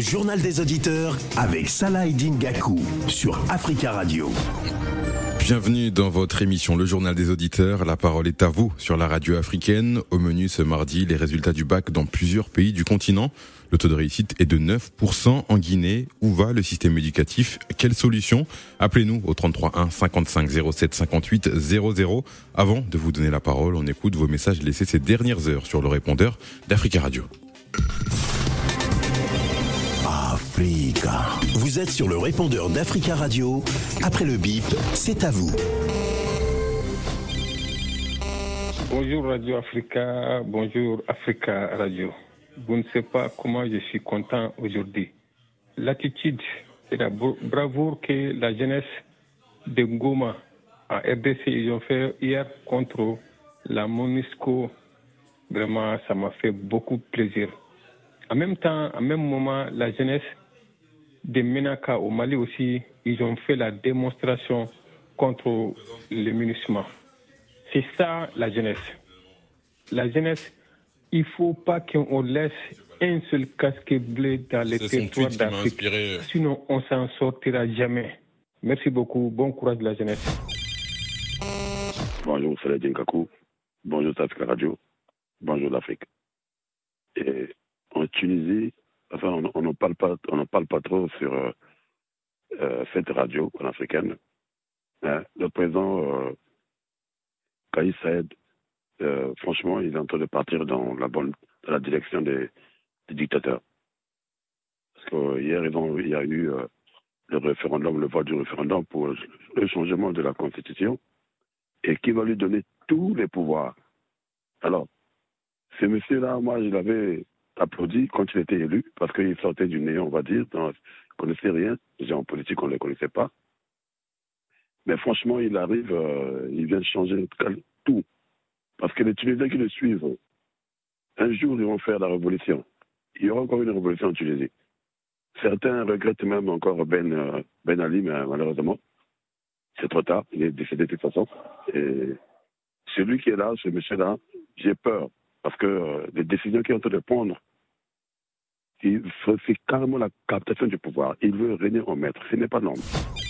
journal des auditeurs avec Salah Eddine Gakou sur Africa Radio. Bienvenue dans votre émission Le Journal des Auditeurs. La parole est à vous sur la radio africaine. Au menu ce mardi, les résultats du bac dans plusieurs pays du continent. Le taux de réussite est de 9% en Guinée. Où va le système éducatif? Quelle solution? Appelez-nous au 33 1 55 07 58 00. Avant de vous donner la parole, on écoute vos messages laissés ces dernières heures sur le répondeur d'Africa Radio. Africa. Vous êtes sur le répondeur d'Africa Radio. Après le bip, c'est à vous. Bonjour Radio Africa, bonjour Africa Radio. Vous ne savez pas comment je suis content aujourd'hui. L'attitude et la bravoure que la jeunesse de Goma en RDC ils ont fait hier contre la MONUSCO, vraiment ça m'a fait beaucoup plaisir. En même temps, en même moment, la jeunesse de Menaka au Mali aussi, ils ont fait la démonstration contre le MINUSMA. C'est ça la jeunesse. La jeunesse, il ne faut pas qu'on laisse un seul casque bleu dans les territoires d'Afrique. Sinon, on ne s'en sortira jamais. Merci beaucoup. Bon courage de la jeunesse. Bonjour, Salah Eddine Gakou. Bonjour, Africa Radio. Bonjour, l'Afrique. Et en Tunisie, enfin, on n'en parle pas trop sur cette radio panafricaine. Le président Kais Saied, franchement, il est en train de partir dans la direction des dictateurs. Parce qu'hier, il y a eu le vote du référendum pour le changement de la Constitution et qui va lui donner tous les pouvoirs. Alors, ce monsieur-là, moi, je l'avais applaudi quand il était élu, parce qu'il sortait du néant, on va dire, il ne connaissait rien, déjà en politique, on ne les connaissait pas. Mais franchement, il arrive, il vient changer tout. Parce que les Tunisiens qui le suivent, un jour, ils vont faire la révolution. Il y aura encore une révolution en Tunisie. Certains regrettent même encore Ben Ali, mais malheureusement, c'est trop tard, il est décédé de toute façon. Et celui qui est là, ce monsieur-là, j'ai peur. Parce que les décisions qu'il est en train de prendre, c'est carrément la captation du pouvoir. Il veut régner en maître. Ce n'est pas normal.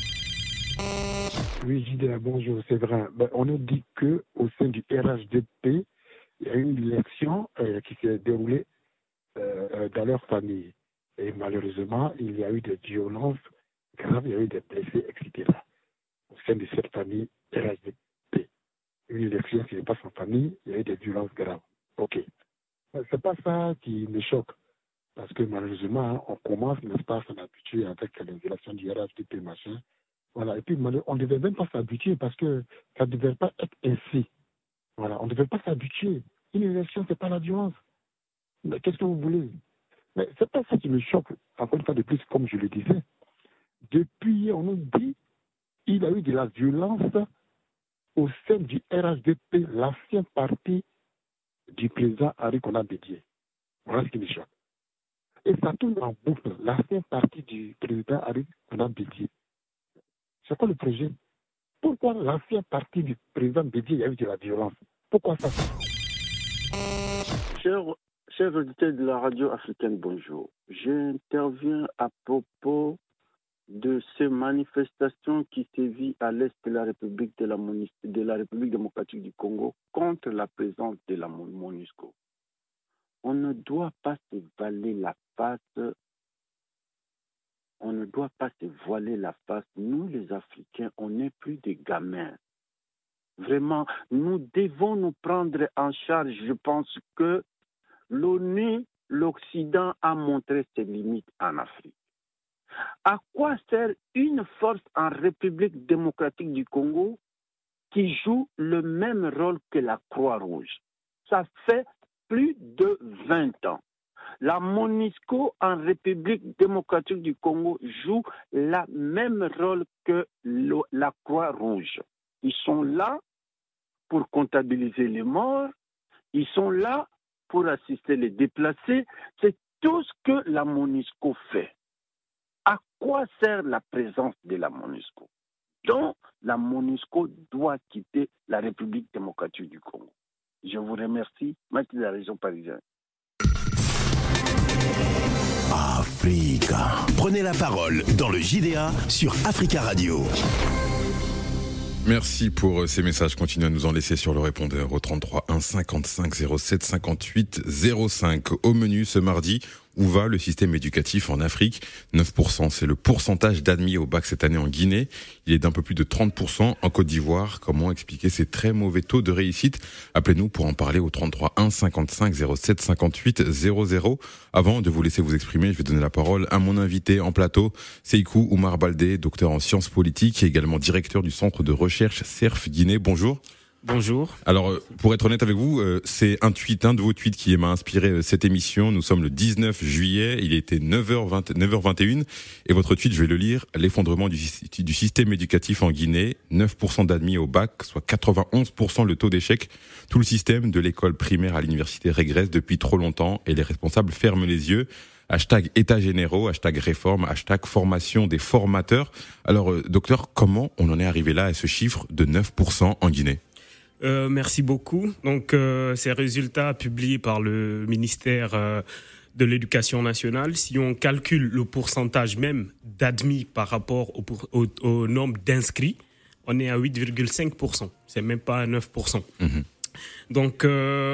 Oui, Jidéa, bonjour, c'est vrai. On a dit qu'au sein du RHDP, il y a eu une élection qui s'est déroulée dans leur famille. Et malheureusement, il y a eu des violences graves, il y a eu des blessés, etc. Au sein de cette famille RHDP. Une élection qui n'est pas en famille, il y a eu des violences graves. Ok. C'est pas ça qui me choque. Parce que malheureusement, on commence, n'est-ce pas, à s'habituer avec les élections du RHDP, machin. Voilà. Et puis, on ne devait même pas s'habituer parce que ça ne devait pas être ainsi. Voilà. On ne devait pas s'habituer. Une élection, ce n'est pas la violence. Mais qu'est-ce que vous voulez? Mais ce n'est pas ça qui me choque, encore une fois de plus, comme je le disais. Depuis, on nous dit qu'il y a eu de la violence au sein du RHDP, l'ancien parti du président Henri Konan Bédié. Voilà ce qui me choque. Et ça tourne en boucle, l'ancien parti du président Henri Konan Bédié. C'est quoi le projet? Pourquoi l'ancien parti du président Bédié, il y a eu de la violence? Pourquoi ça? Chers auditeurs de la radio africaine, bonjour. J'interviens à propos de ces manifestations qui sévissent à l'est de la République de la République démocratique du Congo contre la présence de la MONUSCO. On ne doit pas se voiler la face. On ne doit pas se voiler la face. Nous, les Africains, on n'est plus des gamins. Vraiment, nous devons nous prendre en charge. Je pense que l'ONU, l'Occident a montré ses limites en Afrique. À quoi sert une force en République démocratique du Congo qui joue le même rôle que la Croix-Rouge? Ça fait plus de 20 ans. La MONUSCO en République démocratique du Congo joue le même rôle que la Croix-Rouge. Ils sont là pour comptabiliser les morts, ils sont là pour assister les déplacés. C'est tout ce que la MONUSCO fait. À quoi sert la présence de la MONUSCO? Donc, la MONUSCO doit quitter la République démocratique du Congo. Je vous remercie. Merci de la région parisienne. Africa. Prenez la parole dans le JDA sur Africa Radio. Merci pour ces messages. Continuez à nous en laisser sur le répondeur au 33 1 55 07 58 05. Au menu ce mardi, où va le système éducatif en Afrique ? 9%, c'est le pourcentage d'admis au bac cette année en Guinée. Il est d'un peu plus de 30% en Côte d'Ivoire. Comment expliquer ces très mauvais taux de réussite ? Appelez-nous pour en parler au 33 1 55 07 58 00. Avant de vous laisser vous exprimer, je vais donner la parole à mon invité en plateau, Séikou Oumar Baldé, docteur en sciences politiques et également directeur du centre de recherche CERF Guinée. Bonjour. Bonjour. Alors, pour être honnête avec vous, c'est un de vos tweets qui m'a inspiré cette émission. Nous sommes le 19 juillet, il était 9h21, et votre tweet, je vais le lire, l'effondrement du système éducatif en Guinée, 9% d'admis au bac, soit 91% le taux d'échec. Tout le système de l'école primaire à l'université régresse depuis trop longtemps, et les responsables ferment les yeux. Hashtag états généraux, hashtag réforme, hashtag formation des formateurs. Alors, docteur, comment on en est arrivé là à ce chiffre de 9% en Guinée ? Merci beaucoup. Donc, ces résultats publiés par le ministère de l'Éducation nationale, si on calcule le pourcentage même d'admis par rapport au nombre d'inscrits, on est à 8,5%. C'est même pas à 9%. Mmh. Donc,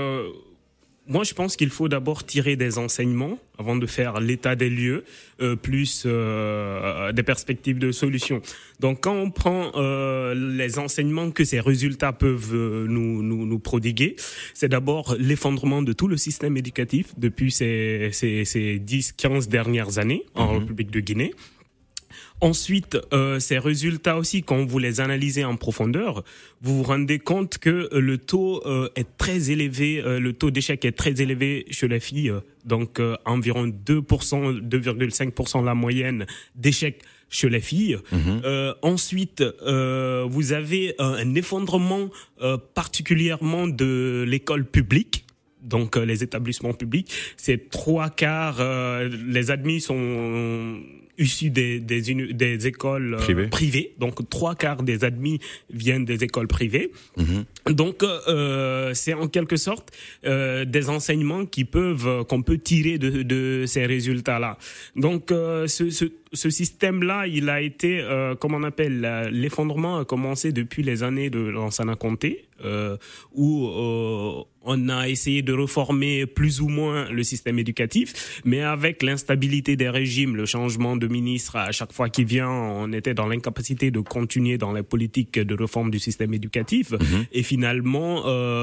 moi, je pense qu'il faut d'abord tirer des enseignements avant de faire l'état des lieux, plus des perspectives de solutions. Donc, quand on prend les enseignements que ces résultats peuvent nous prodiguer, c'est d'abord l'effondrement de tout le système éducatif depuis ces 10-15 dernières années en République de Guinée. Ensuite, ces résultats aussi, quand vous les analysez en profondeur, vous vous rendez compte que le taux est très élevé, le taux d'échec est très élevé chez les filles, donc environ 2%, 2,5% la moyenne d'échec chez les filles. Ensuite, vous avez un effondrement particulièrement de l'école publique. Donc les établissements publics, c'est 3/4, les admis sont issus des écoles privées. Donc 3/4 des admis viennent des écoles privées. Donc c'est en quelque sorte des enseignements qu'on peut tirer de ces résultats-là. Donc ce système-là, il a été, l'effondrement a commencé depuis les années de Lansana Conté, où on a essayé de reformer plus ou moins le système éducatif, mais avec l'instabilité des régimes, le changement de ministre à chaque fois qu'il vient, on était dans l'incapacité de continuer dans les politiques de réforme du système éducatif. Et finalement,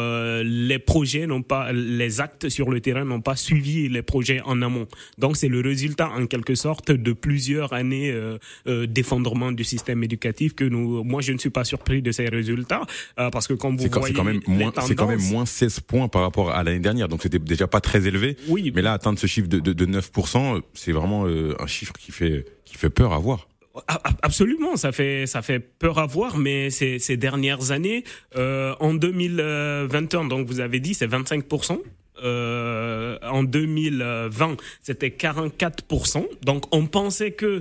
les actes sur le terrain n'ont pas suivi les projets en amont. Donc c'est le résultat en quelque sorte de plusieurs années d'effondrement du système éducatif moi je ne suis pas surpris de ces résultats, parce que comme vous voyez, c'est quand même moins 16 points par rapport à l'année dernière, donc c'était déjà pas très élevé. Oui. Mais là, atteindre ce chiffre de 9%, c'est vraiment un chiffre qui fait peur à voir. Absolument, ça fait peur à voir, mais ces dernières années, en 2021, donc vous avez dit, c'est 25%. En 2020, c'était 44%. Donc, on pensait que,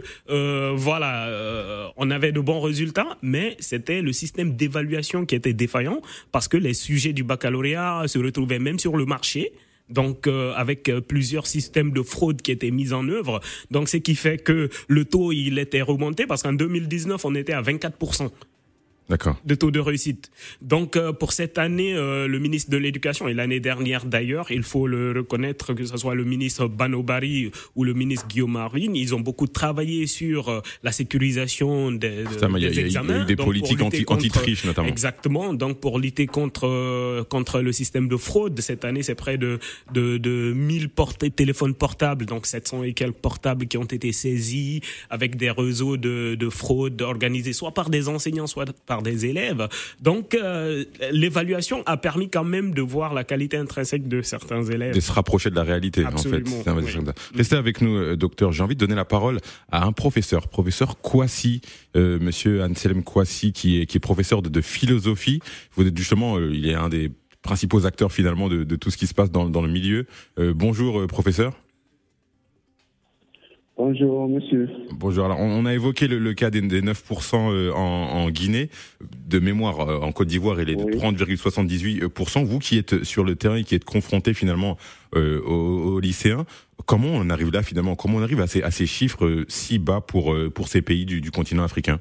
on avait de bons résultats, mais c'était le système d'évaluation qui était défaillant parce que les sujets du baccalauréat se retrouvaient même sur le marché. Donc, avec plusieurs systèmes de fraude qui étaient mis en œuvre. Donc, ce qui fait que le taux, il était remonté parce qu'en 2019, on était à 24%. D'accord. De taux de réussite. Donc, pour cette année, le ministre de l'Éducation, et l'année dernière d'ailleurs, il faut le reconnaître, que ce soit le ministre Banobari ou le ministre Guillaume Marine, ils ont beaucoup travaillé sur la sécurisation des examens. Il y a eu des politiques anti-triche notamment. Exactement. Donc, pour lutter contre le système de fraude, cette année, c'est près de 1000 téléphones portables, donc 700 et quelques portables qui ont été saisis avec des réseaux de fraude organisés soit par des enseignants, soit par des élèves. Donc, l'évaluation a permis quand même de voir la qualité intrinsèque de certains élèves. De se rapprocher de la réalité, absolument, en fait. Oui. Restez avec nous, docteur. J'ai envie de donner la parole à un professeur Kouassi, monsieur Anselm Kouassi, qui est professeur de philosophie. Vous êtes justement, il est un des principaux acteurs finalement de tout ce qui se passe dans le milieu. Bonjour, professeur. Bonjour, monsieur. Bonjour. Alors, on a évoqué le cas des 9% en Guinée. De mémoire, en Côte d'Ivoire, il est de 30,78%. Vous qui êtes sur le terrain et qui êtes confronté finalement aux lycéens, comment on arrive là finalement? Comment on arrive à ces chiffres si bas pour ces pays du continent africain?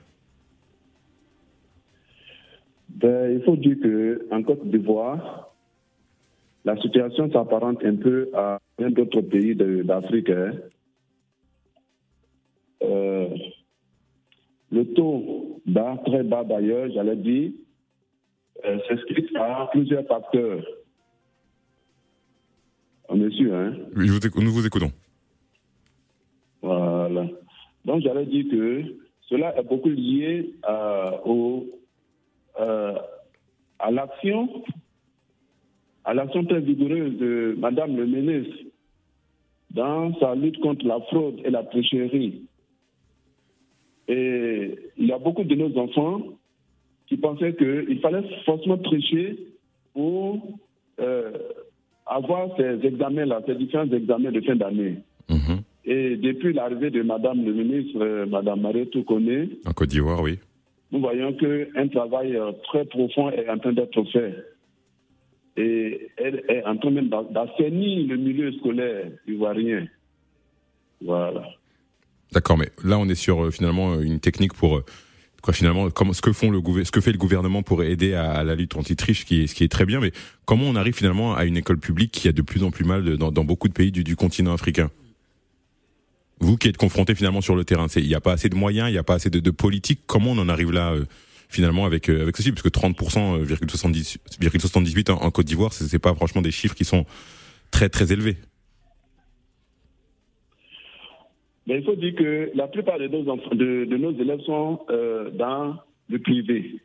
Il faut dire qu'en Côte d'Ivoire, la situation s'apparente un peu à plein d'autres pays d'Afrique. Le taux bas, très bas d'ailleurs, j'allais dire, s'explique par plusieurs facteurs. Monsieur, hein? Oui, nous vous écoutons. Voilà. Donc j'allais dire que cela est beaucoup lié à l'action très vigoureuse de Madame le ministre dans sa lutte contre la fraude et la tricherie. Et il y a beaucoup de nos enfants qui pensaient qu'il fallait forcément tricher pour avoir ces examens-là, ces différents examens de fin d'année. Mmh. Et depuis l'arrivée de Madame le ministre, Madame Mariétou Koné, en Côte d'Ivoire, oui, nous voyons qu'un travail très profond est en train d'être fait. Et elle est en train même d'assainir le milieu scolaire ivoirien. Voilà. D'accord, mais là on est sur finalement une technique pour finalement ce que fait le gouvernement pour aider à la lutte anti-triche, ce qui est très bien. Mais comment on arrive finalement à une école publique qui a de plus en plus mal dans beaucoup de pays du continent africain? Vous qui êtes confronté finalement sur le terrain, il n'y a pas assez de moyens, il n'y a pas assez de politique. Comment on en arrive là finalement avec ceci? Parce que 30,78% en Côte d'Ivoire, c'est pas franchement des chiffres qui sont très très élevés. Mais il faut dire que la plupart de nos élèves sont dans le privé.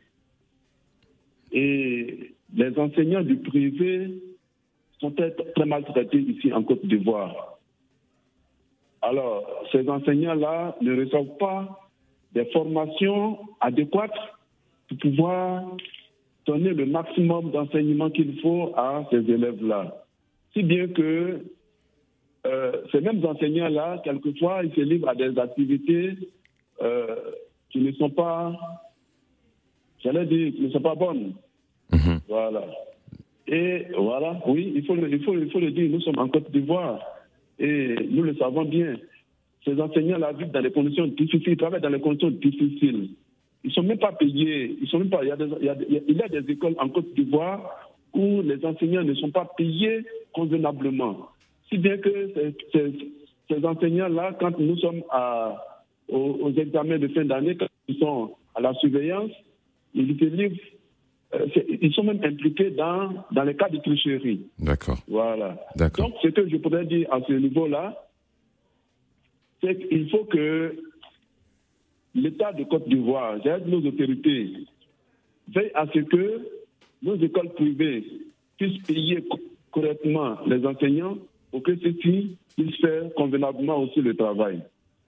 Et les enseignants du privé sont très, très maltraités ici en Côte d'Ivoire. Alors, ces enseignants-là ne reçoivent pas des formations adéquates pour pouvoir donner le maximum d'enseignement qu'il faut à ces élèves-là. Si bien que ces mêmes enseignants-là, quelquefois, ils se livrent à des activités qui ne sont pas, j'allais dire, qui ne sont pas bonnes. Mmh. Voilà. Et voilà, oui, il faut le dire, nous sommes en Côte d'Ivoire et nous le savons bien. Ces enseignants-là vivent dans des conditions difficiles, travaillent dans des conditions difficiles. Ils ne sont même pas payés. Il y a des écoles en Côte d'Ivoire où les enseignants ne sont pas payés convenablement. Si bien que ces enseignants-là, quand nous sommes aux examens de fin d'année, quand ils sont à la surveillance, ils se livrent, ils sont même impliqués dans les cas de tricherie. D'accord. Voilà. D'accord. Donc, ce que je pourrais dire à ce niveau-là, c'est qu'il faut que l'État de Côte d'Ivoire, nos autorités, veillent à ce que nos écoles privées puissent payer correctement les enseignants pour que ceux-ci puissent faire convenablement aussi le travail.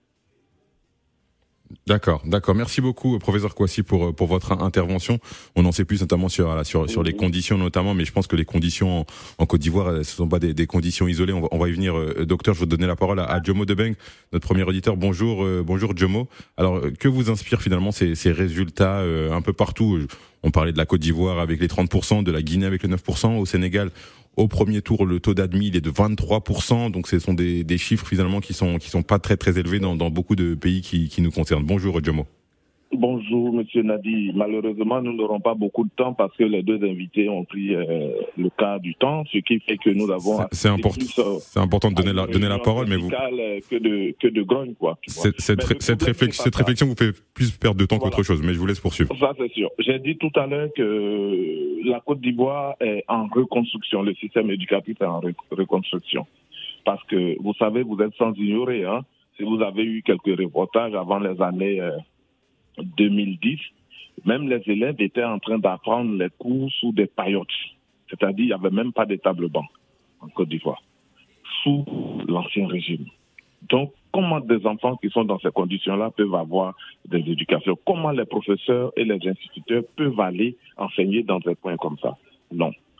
D'accord. Merci beaucoup, professeur Kouassi, pour votre intervention. On en sait plus notamment sur les conditions notamment, mais je pense que les conditions en Côte d'Ivoire, ce sont pas des conditions isolées. On va y venir. Docteur, je vais donner la parole à Jomo Debeng, notre premier auditeur. Bonjour Jomo. Alors, que vous inspirent finalement ces résultats un peu partout? On parlait de la Côte d'Ivoire avec les 30%, de la Guinée avec les 9%, au Sénégal. Au premier tour, le taux d'admis il est de 23%, donc ce sont des chiffres finalement qui sont pas très très élevés dans beaucoup de pays qui nous concernent. Bonjour Jomo. Bonjour Monsieur Nadi. Malheureusement, nous n'aurons pas beaucoup de temps parce que les deux invités ont pris le quart du temps, ce qui fait que nous avons. C'est important de donner la parole, mais vous. Que de grogne quoi. Cette réflexion vous fait plus perdre de temps qu'autre chose, mais je vous laisse poursuivre. Ça c'est sûr. J'ai dit tout à l'heure que la Côte d'Ivoire est en reconstruction, le système éducatif est en reconstruction, parce que vous savez, vous êtes sans ignorer, hein. Si vous avez eu quelques reportages avant les années 2010, même les élèves étaient en train d'apprendre les cours sous des paillotes. C'est-à-dire, il n'y avait même pas de table-banc en Côte d'Ivoire, sous l'ancien régime. Donc, comment des enfants qui sont dans ces conditions-là peuvent avoir des éducations? Comment les professeurs et les instituteurs peuvent aller enseigner dans des coins comme ça? Non.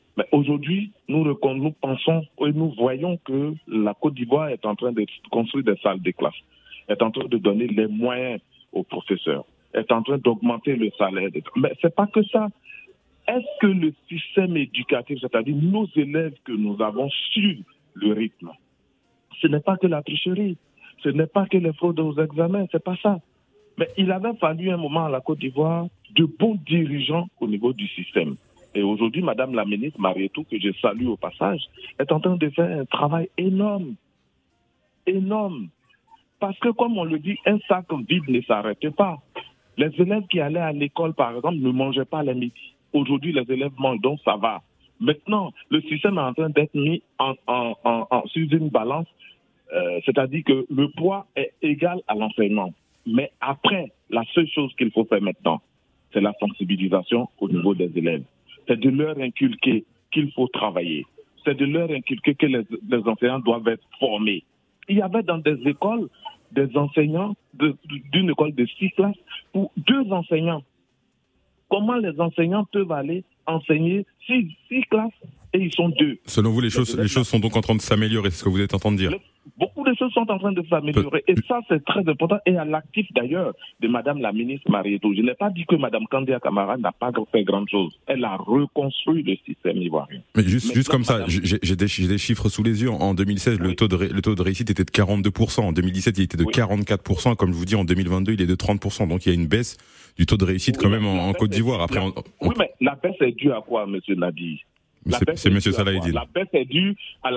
Mais aujourd'hui, nous pensons et nous voyons que la Côte d'Ivoire est en train de construire des salles de classe, est en train de donner les moyens aux professeurs, est en train d'augmenter le salaire. Mais c'est pas que ça. Est-ce que le système éducatif, c'est-à-dire nos élèves que nous avons sur le rythme, ce n'est pas que la tricherie, ce n'est pas que les fraudes aux examens, c'est pas ça. Mais il avait fallu un moment à la Côte d'Ivoire de bons dirigeants au niveau du système. Et aujourd'hui, Madame la ministre Marietou, que je salue au passage, est en train de faire un travail énorme. Énorme. Parce que, comme on le dit, un sac vide ne s'arrête pas. Les élèves qui allaient à l'école, par exemple, ne mangeaient pas les midi. Aujourd'hui, les élèves mangent, donc ça va. Maintenant, le système est en train d'être mis sur une balance, c'est-à-dire que le poids est égal à l'enseignement. Mais après, la seule chose qu'il faut faire maintenant, c'est la sensibilisation au niveau des élèves. C'est de leur inculquer qu'il faut travailler. C'est de leur inculquer que les enseignants doivent être formés. Il y avait dans des écoles des enseignants d'une école de 6 classes pour 2 enseignants. Comment les enseignants peuvent aller enseigner 6 classes et ils sont 2? Selon vous, les choses sont donc en train de s'améliorer, c'est ce que vous êtes en train de dire? Beaucoup de choses sont en train de s'améliorer. Et ça, c'est très important. Et à l'actif, d'ailleurs, de Madame la ministre Marietou. Je n'ai pas dit que Madame Kandia Camara n'a pas fait grand-chose. Elle a reconstruit le système ivoirien. Mais juste comme ça, j'ai des chiffres sous les yeux. En 2016, oui. le taux de réussite était de 42%. En 2017, il était de 44%. Comme je vous dis, en 2022, il est de 30%. Donc, il y a une baisse du taux de réussite quand même en Côte d'Ivoire. Après, oui, mais la baisse est due à quoi, monsieur Nadi? C'est M. Salahidine. La baisse est due à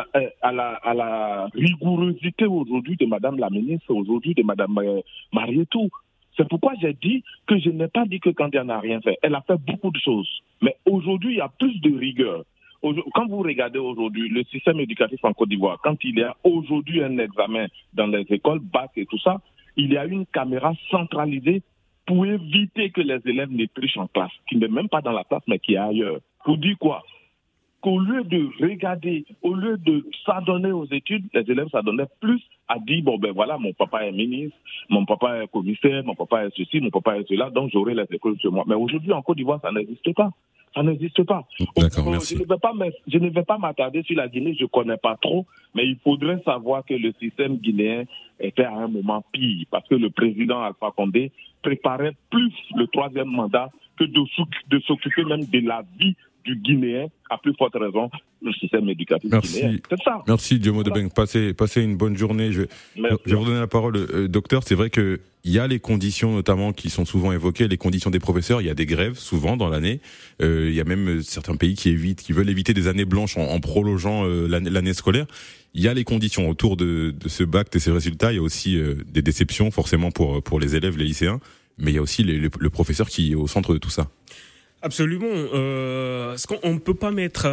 la rigourosité aujourd'hui de Madame la ministre, aujourd'hui de Madame Marietou. C'est pourquoi j'ai dit que je n'ai pas dit que Kandia n'a rien fait. Elle a fait beaucoup de choses. Mais aujourd'hui, il y a plus de rigueur. Quand vous regardez aujourd'hui le système éducatif en Côte d'Ivoire, quand il y a aujourd'hui un examen dans les écoles, bac et tout ça, il y a une caméra centralisée pour éviter que les élèves ne trichent en classe, qui n'est même pas dans la classe, mais qui est ailleurs. Pour dire quoi? Qu'au lieu de regarder, au lieu de s'adonner aux études, les élèves s'adonnaient plus à dire, bon ben voilà, mon papa est ministre, mon papa est commissaire, mon papa est ceci, mon papa est cela, donc j'aurai les écoles chez moi. Mais aujourd'hui, en Côte d'Ivoire, ça n'existe pas. Ça n'existe pas. D'accord, merci. Je ne vais pas m'attarder sur la Guinée, je ne connais pas trop, mais il faudrait savoir que le système guinéen était à un moment pire, parce que le président Alpha Condé préparait plus le 3e mandat que de s'occuper même de la vie du Guinéen, à plus forte raison, le système éducatif guinéen. C'est ça. Merci, Diomo Debeng. Passez une bonne journée. Je vais vous donner la parole, docteur. C'est vrai qu'il y a les conditions, notamment, qui sont souvent évoquées, les conditions des professeurs. Il y a des grèves, souvent, dans l'année. Il y a même certains pays qui veulent éviter des années blanches en prolongeant l'année scolaire. Il y a les conditions autour de ce bac, de ces résultats. Il y a aussi des déceptions, forcément, pour les élèves, les lycéens. Mais il y a aussi le professeur qui est au centre de tout ça. Absolument. On ne peut pas mettre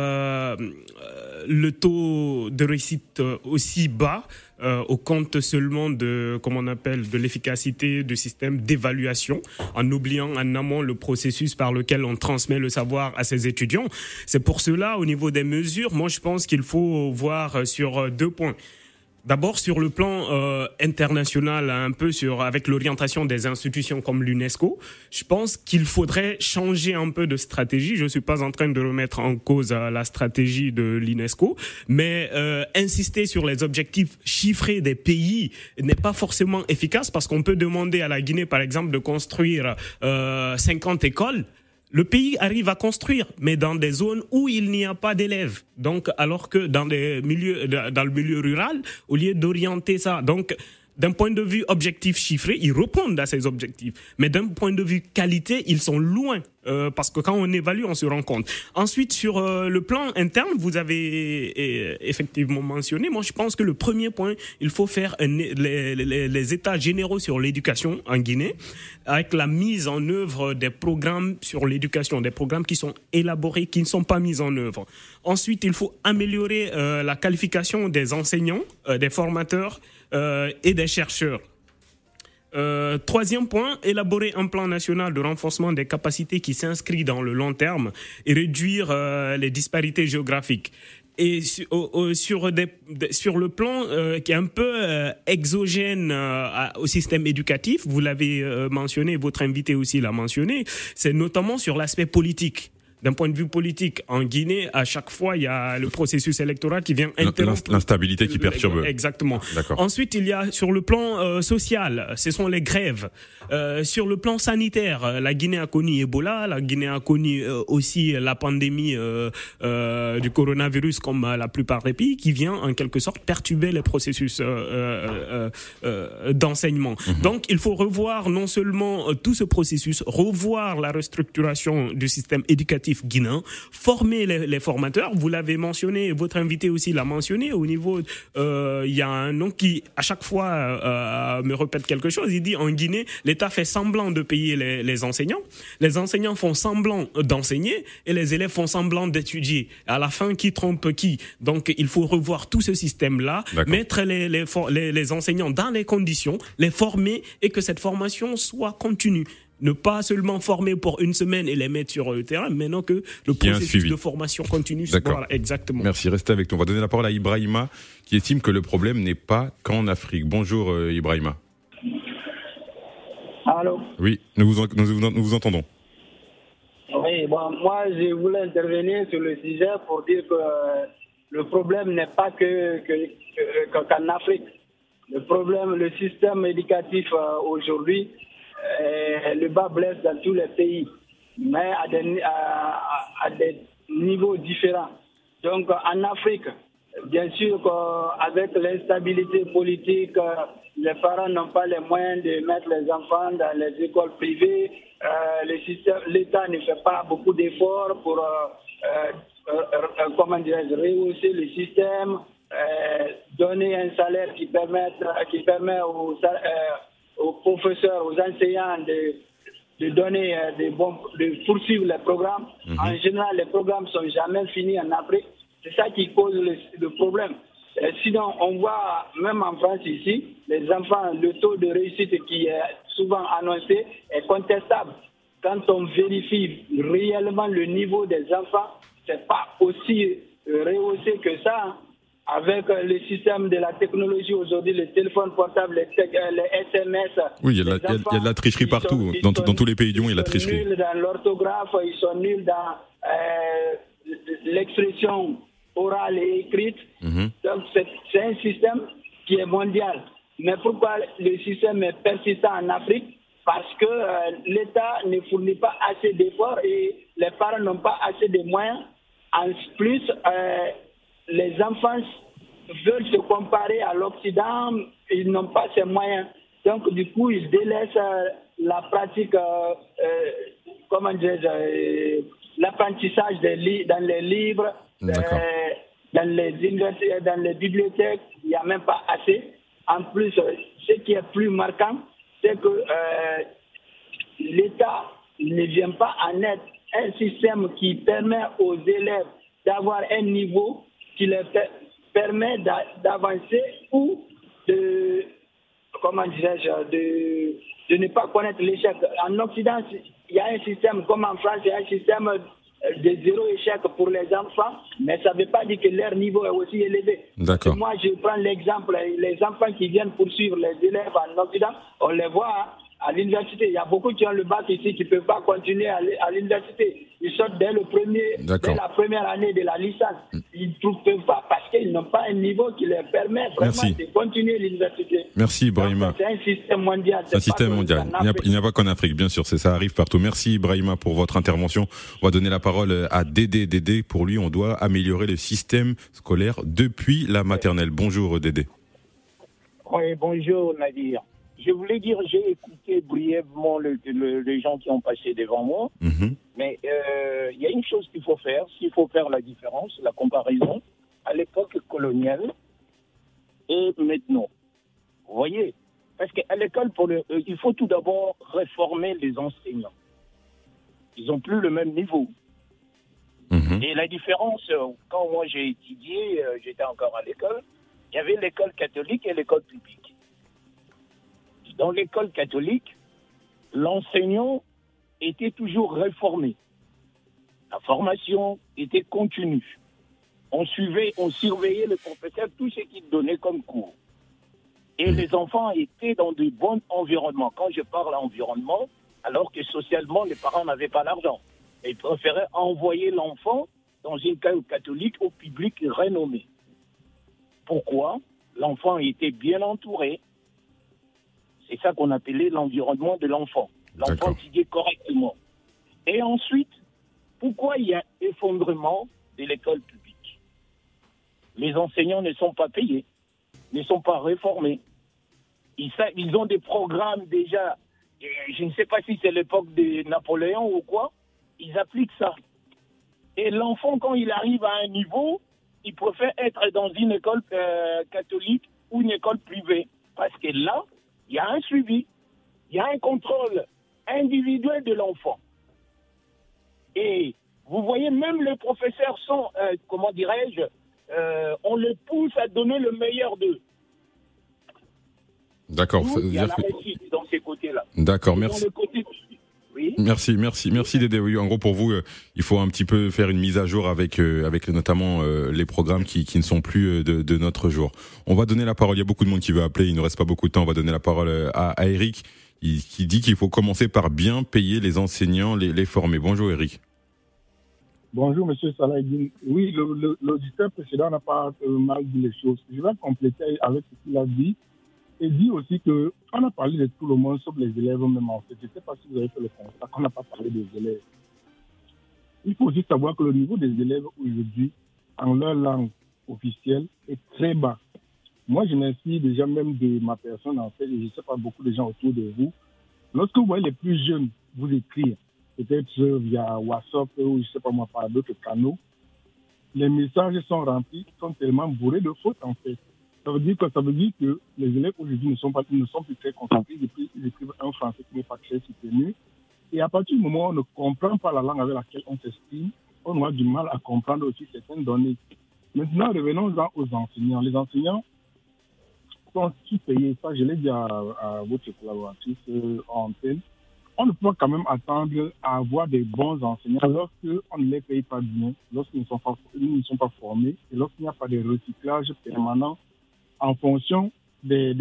le taux de réussite aussi bas au compte seulement de, comme on appelle, de l'efficacité du système d'évaluation, en oubliant en amont le processus par lequel on transmet le savoir à ses étudiants. C'est pour cela, au niveau des mesures, moi je pense qu'il faut voir sur 2 points. D'abord sur le plan international, un peu avec l'orientation des institutions comme l'UNESCO, je pense qu'il faudrait changer un peu de stratégie. Je suis pas en train de remettre en cause la stratégie de l'UNESCO, mais insister sur les objectifs chiffrés des pays n'est pas forcément efficace, parce qu'on peut demander à la Guinée, par exemple, de construire 50 écoles. Le pays arrive à construire, mais dans des zones où il n'y a pas d'élèves. Donc, alors que dans le milieu rural, au lieu d'orienter ça, donc, d'un point de vue objectif chiffré, ils répondent à ces objectifs. Mais d'un point de vue qualité, ils sont loin. Parce que quand on évalue, on se rend compte. Ensuite, sur le plan interne, vous avez effectivement mentionné, moi je pense que le premier point, il faut faire les états généraux sur l'éducation en Guinée, avec la mise en œuvre des programmes sur l'éducation, des programmes qui sont élaborés, qui ne sont pas mis en œuvre. Ensuite, il faut améliorer la qualification des enseignants, des formateurs et des chercheurs. 3e point, élaborer un plan national de renforcement des capacités qui s'inscrit dans le long terme et réduire les disparités géographiques. Et sur le plan qui est un peu exogène au système éducatif, vous l'avez mentionné, votre invité aussi l'a mentionné, c'est notamment sur l'aspect politique. d'un point de vue politique. En Guinée, à chaque fois, il y a le processus électoral qui vient interrompre. L'instabilité qui perturbe. Exactement. D'accord. Ensuite, il y a sur le plan social, ce sont les grèves. Sur le plan sanitaire, la Guinée a connu Ebola, la Guinée a connu aussi la pandémie du coronavirus, comme la plupart des pays, qui vient en quelque sorte perturber les processus d'enseignement. Donc, il faut revoir non seulement tout ce processus, revoir la restructuration du système éducatif guinéen, former les formateurs. Vous l'avez mentionné, votre invité aussi l'a mentionné. Au niveau, il y a un nom qui, à chaque fois, me répète quelque chose. Il dit, en Guinée, l'État fait semblant de payer les enseignants. Les enseignants font semblant d'enseigner et les élèves font semblant d'étudier. À la fin, qui trompe qui? Donc, il faut revoir tout ce système-là, mettre les enseignants dans les conditions, les former et que cette formation soit continue. Ne pas seulement former pour une semaine et les mettre sur le terrain, mais non que le processus de formation continue. D'accord. Voilà, exactement. Merci, restez avec nous. On va donner la parole à Ibrahima, qui estime que le problème n'est pas qu'en Afrique. Bonjour Ibrahima. Allô? Oui, nous vous entendons. Oui, bon, moi je voulais intervenir sur le sujet pour dire que le problème n'est pas qu'en Afrique. Le problème, le système éducatif aujourd'hui, le bas blesse dans tous les pays, mais à des niveaux différents. Donc en Afrique, bien sûr qu'avec l'instabilité politique, les parents n'ont pas les moyens de mettre les enfants dans les écoles privées. L'État ne fait pas beaucoup d'efforts pour rehausser le système, donner un salaire qui permet aux professeurs, aux enseignants de donner de poursuivre les programmes. En général, les programmes ne sont jamais finis en Afrique. C'est ça qui cause le problème. Sinon, on voit, même en France ici, les enfants, le taux de réussite qui est souvent annoncé est contestable. Quand on vérifie réellement le niveau des enfants, c'est pas aussi rehaussé que ça. Avec le système de la technologie aujourd'hui, les téléphones portables, les SMS. Oui, il y a de la tricherie partout. Dans tous les pays du monde, il y a de la tricherie. Ils sont nuls dans l'orthographe, ils sont nuls dans l'expression orale et écrite. Donc, c'est un système qui est mondial. Mais pourquoi le système est persistant en Afrique? Parce que l'État ne fournit pas assez d'efforts et les parents n'ont pas assez de moyens. En plus, les enfants veulent se comparer à l'Occident, ils n'ont pas ces moyens. Donc, du coup, ils délaissent la pratique, l'apprentissage dans les livres, dans les bibliothèques, il n'y a même pas assez. En plus, ce qui est plus marquant, c'est que l'État ne vient pas en aide. Un système qui permet aux élèves d'avoir un niveau qui leur permet d'avancer ou de ne pas connaître l'échec. En Occident, il y a un système, comme en France, il y a un système de zéro échec pour les enfants, mais ça ne veut pas dire que leur niveau est aussi élevé. D'accord. Moi, je prends l'exemple, les enfants qui viennent poursuivre les élèves en Occident, on les voit à l'université. Il y a beaucoup qui ont le bac ici qui ne peuvent pas continuer à l'université. Ils sortent dès la première année de la licence. Ils ne peuvent pas parce qu'ils n'ont pas un niveau qui leur permet vraiment de continuer l'université. Merci Ibrahima. C'est un système mondial. C'est un système mondial. Il n'y a pas qu'en Afrique, bien sûr. Ça arrive partout. Merci Ibrahima pour votre intervention. On va donner la parole à Dédé. Dédé, pour lui, on doit améliorer le système scolaire depuis la maternelle. Bonjour Dédé. Oui, bonjour Nadir. Je voulais dire, j'ai écouté brièvement les gens qui ont passé devant moi, mais il y a une chose qu'il faut faire, s'il faut faire la différence, la comparaison, à l'époque coloniale et maintenant. Vous voyez? Parce qu'à l'école, il faut tout d'abord réformer les enseignants. Ils n'ont plus le même niveau. Et la différence, quand moi j'ai étudié, j'étais encore à l'école, il y avait l'école catholique et l'école publique. Dans l'école catholique, l'enseignant était toujours réformé. La formation était continue. On surveillait le professeur, tout ce qu'il donnait comme cours. Et les enfants étaient dans de bons environnements. Quand je parle environnement, alors que socialement, les parents n'avaient pas l'argent. Et ils préféraient envoyer l'enfant dans une école catholique au public renommé. Pourquoi ? L'enfant était bien entouré. C'est ça qu'on appelait l'environnement de l'enfant. L'enfant étudiait correctement. Et ensuite, pourquoi il y a effondrement de l'école publique ? Les enseignants ne sont pas payés, ne sont pas réformés. Ils ont des programmes déjà, je ne sais pas si c'est l'époque de Napoléon ou quoi, ils appliquent ça. Et l'enfant, quand il arrive à un niveau, il préfère être dans une école catholique ou une école privée. Parce que là, il y a un suivi, il y a un contrôle individuel de l'enfant. Et vous voyez, même les professeurs sont, on les pousse à donner le meilleur d'eux. D'accord. Il y a la réussite dans ces côtés-là. D'accord, merci. Oui. Merci Dédé. Oui, en gros pour vous, il faut un petit peu faire une mise à jour avec notamment les programmes qui ne sont plus de notre jour. On va donner la parole. Il y a beaucoup de monde qui veut appeler. Il ne reste pas beaucoup de temps. On va donner la parole à Eric, qui dit qu'il faut commencer par bien payer les enseignants, les former. Bonjour Eric. Bonjour Monsieur Salahidine. Oui, l'auditeur précédent n'a pas mal dit les choses. Je vais compléter avec ce qu'il a dit. Et dit aussi qu'on a parlé de tout le monde, sauf les élèves même en fait. Je ne sais pas si vous avez fait le constat qu'on n'a pas parlé des élèves. Il faut aussi savoir que le niveau des élèves aujourd'hui, en leur langue officielle, est très bas. Moi, je m'inscris déjà même de ma personne en fait, et je ne sais pas beaucoup de gens autour de vous. Lorsque vous voyez les plus jeunes vous écrire, peut-être via WhatsApp ou je ne sais pas moi, par d'autres canaux, les messages sont remplis, sont tellement bourrés de fautes en fait. Ça veut dire que les élèves aujourd'hui ne sont plus très concentrés, ils écrivent un français qui n'est pas très soutenu. Et à partir du moment où on ne comprend pas la langue avec laquelle on s'exprime, on a du mal à comprendre aussi certaines données. Maintenant, revenons-en aux enseignants. Les enseignants sont sous-payés. Ça, je l'ai dit à votre collaboratrice en antenne. On ne peut pas quand même attendre à avoir des bons enseignants lorsqu'on ne les paye pas bien, lorsqu'ils ne sont pas formés et lorsqu'il n'y a pas de recyclage permanent en fonction des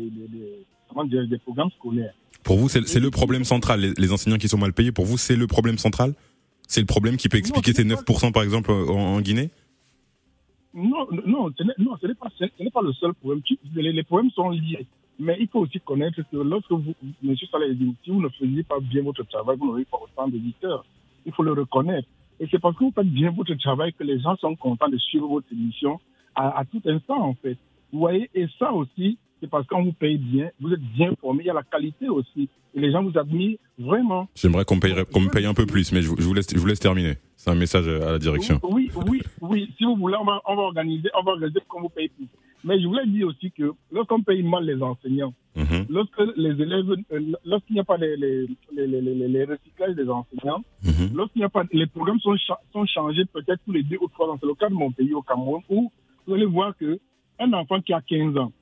programmes scolaires. Pour vous, c'est le problème central, les enseignants qui sont mal payés, pour vous, c'est le problème central ? C'est le problème qui peut expliquer ces 9% par exemple en Guinée ? Non, ce n'est pas le seul problème. Les problèmes sont liés. Mais il faut aussi connaître que lorsque vous, M. Salahidine, si vous ne faisiez pas bien votre travail, vous n'aurez pas autant d'éditeurs. Il faut le reconnaître. Et c'est parce que vous faites bien votre travail que les gens sont contents de suivre votre émission à tout instant, en fait. Vous voyez, et ça aussi, c'est parce qu'on vous paye bien, vous êtes bien formé, il y a la qualité aussi. Et les gens vous admirent vraiment. J'aimerais qu'on me paye un peu plus, mais je vous laisse terminer. C'est un message à la direction. Oui. Si vous voulez, on va organiser qu'on vous paye plus. Mais je voulais dire aussi que lorsqu'on paye mal les enseignants, lorsque les élèves, lorsqu'il n'y a pas les recyclages des enseignants, lorsqu'il n'y a pas, les programmes sont changés peut-être tous les 2 ou 3 ans. C'est le cas de mon pays au Cameroun où vous allez voir que un enfant qui a 15 ans,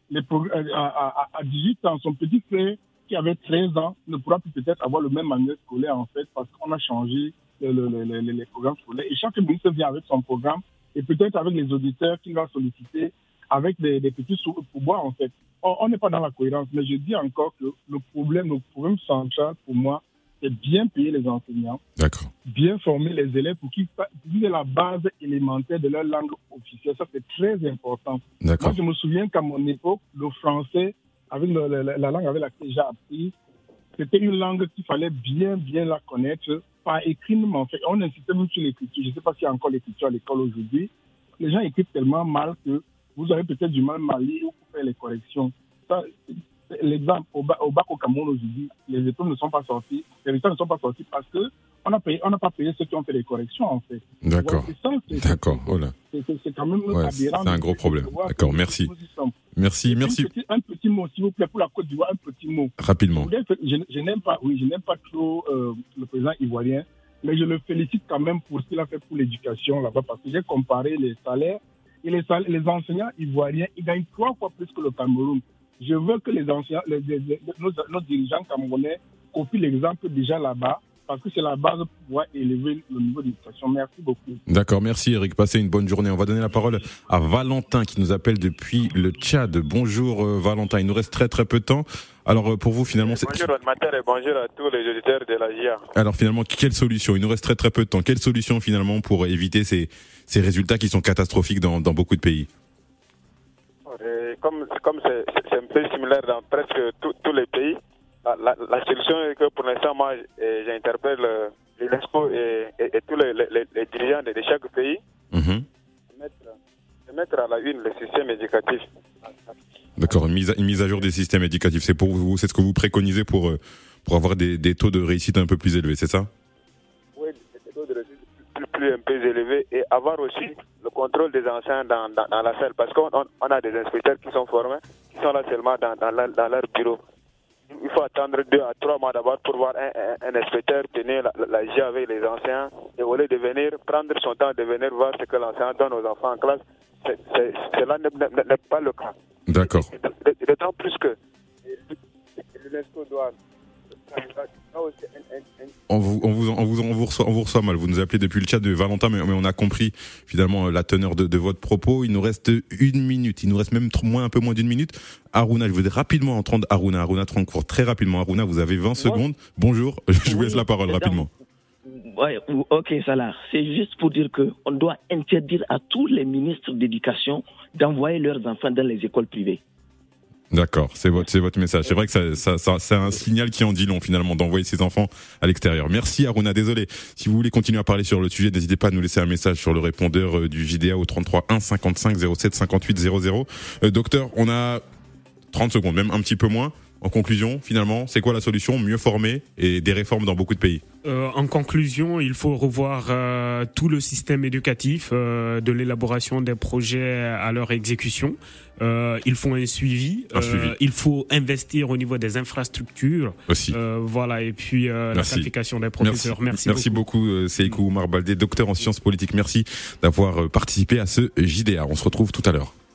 à 18 ans, son petit frère qui avait 13 ans ne pourra plus peut-être avoir le même manuel scolaire en fait parce qu'on a changé les programmes scolaires. Et chaque ministre vient avec son programme et peut-être avec les auditeurs qu'il va solliciter avec des petits pouvoirs en fait. On n'est pas dans la cohérence, mais je dis encore que le problème central pour moi, c'est bien payer les enseignants, bien former les élèves pour qu'ils aient la base élémentaire de leur langue officielle. Ça, c'est très important. Moi, je me souviens qu'à mon époque, le français, avec la langue avec laquelle j'ai appris, c'était une langue qu'il fallait bien la connaître, par écrit, mais en fait, on insistait même sur l'écriture. Je ne sais pas s'il y a encore l'écriture à l'école aujourd'hui. Les gens écrivent tellement mal que vous avez peut-être du mal à lire ou pour faire les corrections. Ça, l'exemple, au bac au Cameroun aujourd'hui, les épreuves ne sont pas sorties, les résultats ne sont pas sortis parce qu'on n'a pas payé ceux qui ont fait les corrections, en fait. D'accord. Oh là. C'est quand même aberrant. C'est un gros problème. D'accord, merci. Merci. Un petit mot, s'il vous plaît, pour la Côte d'Ivoire, un petit mot. Rapidement. Je n'aime pas trop le président ivoirien, mais je le félicite quand même pour ce qu'il a fait pour l'éducation là-bas, parce que j'ai comparé les salaires, et les enseignants ivoiriens, ils gagnent 3 fois plus que le Cameroun. Je veux que les enseignants, nos dirigeants camerounais copient l'exemple déjà là-bas, parce que c'est la base pour pouvoir élever le niveau d'éducation. Merci beaucoup. D'accord, merci Eric. Passez une bonne journée. On va donner la parole à Valentin qui nous appelle depuis le Tchad. Bonjour Valentin, il nous reste très peu de temps. Alors pour vous finalement, bonjour animateur et bonjour à tous les auditeurs de la GIA. Alors finalement, quelle solution? Il nous reste très peu de temps. Quelle solution finalement pour éviter ces résultats qui sont catastrophiques dans beaucoup de pays? Comme c'est un peu similaire dans presque tous les pays, la solution est que pour l'instant, moi, j'interpelle l'UNESCO et tous les dirigeants de chaque pays de mettre à la une le système éducatif. D'accord, une mise à jour des systèmes éducatifs. C'est pour vous, c'est ce que vous préconisez pour avoir des taux de réussite un peu plus élevés, c'est ça? Oui, des taux de réussite plus un peu élevés et avoir aussi le contrôle des enseignants dans la salle parce qu'on a des inspecteurs qui sont formés, qui sont là seulement dans leur bureau. Il faut attendre 2 à 3 mois d'abord pour voir un inspecteur tenir la GIA avec les enseignants et au lieu de venir prendre son temps de venir voir ce que l'enseignant donne aux enfants en classe, cela n'est pas le cas. D'accord. D'autant plus que l'UNESCO doit... On vous reçoit mal. Vous nous appelez depuis le chat de Valentin, mais on a compris finalement la teneur de votre propos. Il nous reste 1 minute. Il nous reste même un peu moins d'1 minute. Aruna, je voudrais rapidement entendre Aruna Trancourt. Très rapidement, Aruna, vous avez 20 secondes. Bonjour, je vous laisse la parole rapidement. Ouais, ok, Salah. C'est juste pour dire qu'on doit interdire à tous les ministres d'éducation d'envoyer leurs enfants dans les écoles privées. D'accord, c'est votre message. C'est vrai que ça c'est un signal qui en dit long finalement d'envoyer ses enfants à l'extérieur. Merci Aruna, désolé. Si vous voulez continuer à parler sur le sujet, n'hésitez pas à nous laisser un message sur le répondeur du JDA au 33 1 55 07 58 00. Docteur, on a 30 secondes, même un petit peu moins. En conclusion, finalement, c'est quoi la solution? Mieux former et des réformes dans beaucoup de pays. En conclusion, il faut revoir tout le système éducatif, de l'élaboration des projets à leur exécution. Il faut un suivi. Il faut investir au niveau des infrastructures. Aussi. Voilà, et puis la qualification des professeurs. Merci beaucoup Sékou Oumar Baldé, docteur en sciences politiques. Merci d'avoir participé à ce JDA. On se retrouve tout à l'heure.